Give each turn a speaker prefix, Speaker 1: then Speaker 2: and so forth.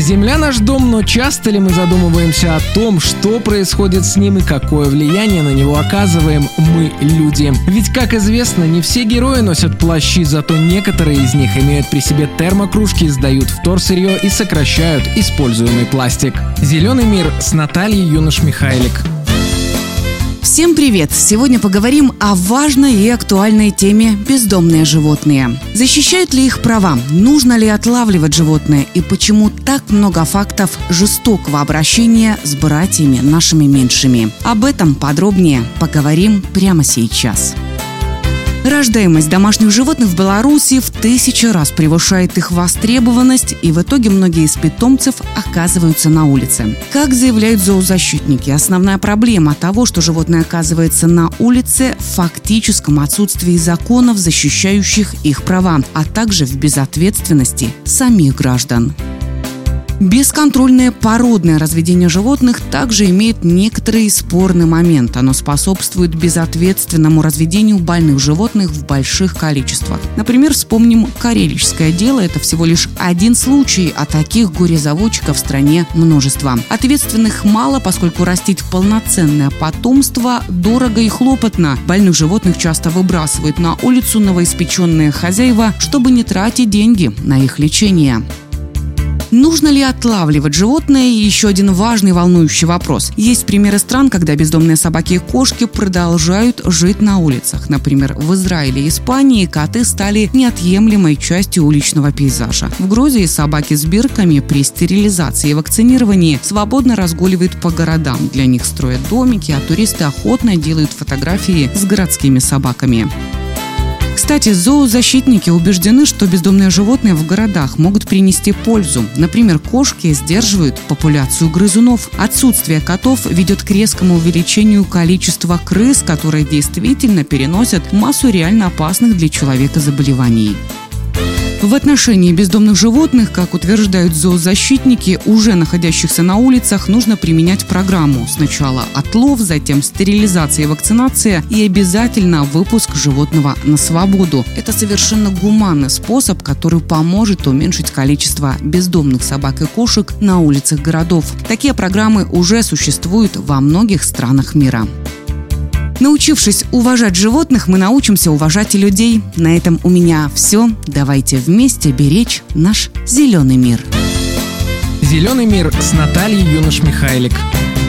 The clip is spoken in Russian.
Speaker 1: Земля наш дом, но часто ли мы задумываемся о том, что происходит с ним и какое влияние на него оказываем мы, люди? Ведь, как известно, не все герои носят плащи, зато некоторые из них имеют при себе термокружки, сдают вторсырье и сокращают используемый пластик. «Зеленый мир» с Натальей Юнош-Михайлик.
Speaker 2: Всем привет! Сегодня поговорим о важной и актуальной теме бездомные животные. Защищают ли их права? Нужно ли отлавливать животное? И почему так много фактов жестокого обращения с братьями нашими меньшими? Об этом подробнее поговорим прямо сейчас. Рождаемость домашних животных в Беларуси в 1000 раз превышает их востребованность, и в итоге многие из питомцев оказываются на улице. Как заявляют зоозащитники, основная проблема того, что животное оказывается на улице, в фактическом отсутствии законов, защищающих их права, а также в безответственности самих граждан. Бесконтрольное породное разведение животных также имеет некоторый спорный момент. Оно способствует безответственному разведению больных животных в больших количествах. Например, вспомним карелическое дело. Это всего лишь один случай, а таких горе-заводчиков в стране множество. Ответственных мало, поскольку растить полноценное потомство дорого и хлопотно. Больных животных часто выбрасывают на улицу новоиспеченные хозяева, чтобы не тратить деньги на их лечение. Нужно ли отлавливать животное? И еще один важный волнующий вопрос. Есть примеры стран, когда бездомные собаки и кошки продолжают жить на улицах. Например, в Израиле и Испании коты стали неотъемлемой частью уличного пейзажа. В Грузии собаки с бирками при стерилизации и вакцинировании свободно разгуливают по городам. Для них строят домики, а туристы охотно делают фотографии с городскими собаками. Кстати, зоозащитники убеждены, что бездомные животные в городах могут принести пользу. Например, кошки сдерживают популяцию грызунов. Отсутствие котов ведет к резкому увеличению количества крыс, которые действительно переносят массу реально опасных для человека заболеваний. В отношении бездомных животных, как утверждают зоозащитники, уже находящихся на улицах, нужно применять программу. Сначала отлов, затем стерилизация и вакцинация и обязательно выпуск животного на свободу. Это совершенно гуманный способ, который поможет уменьшить количество бездомных собак и кошек на улицах городов. Такие программы уже существуют во многих странах мира. Научившись уважать животных, мы научимся уважать и людей. На этом у меня все. Давайте вместе беречь наш зеленый мир.
Speaker 1: «Зеленый мир» с Натальей Юнош-Михайлик.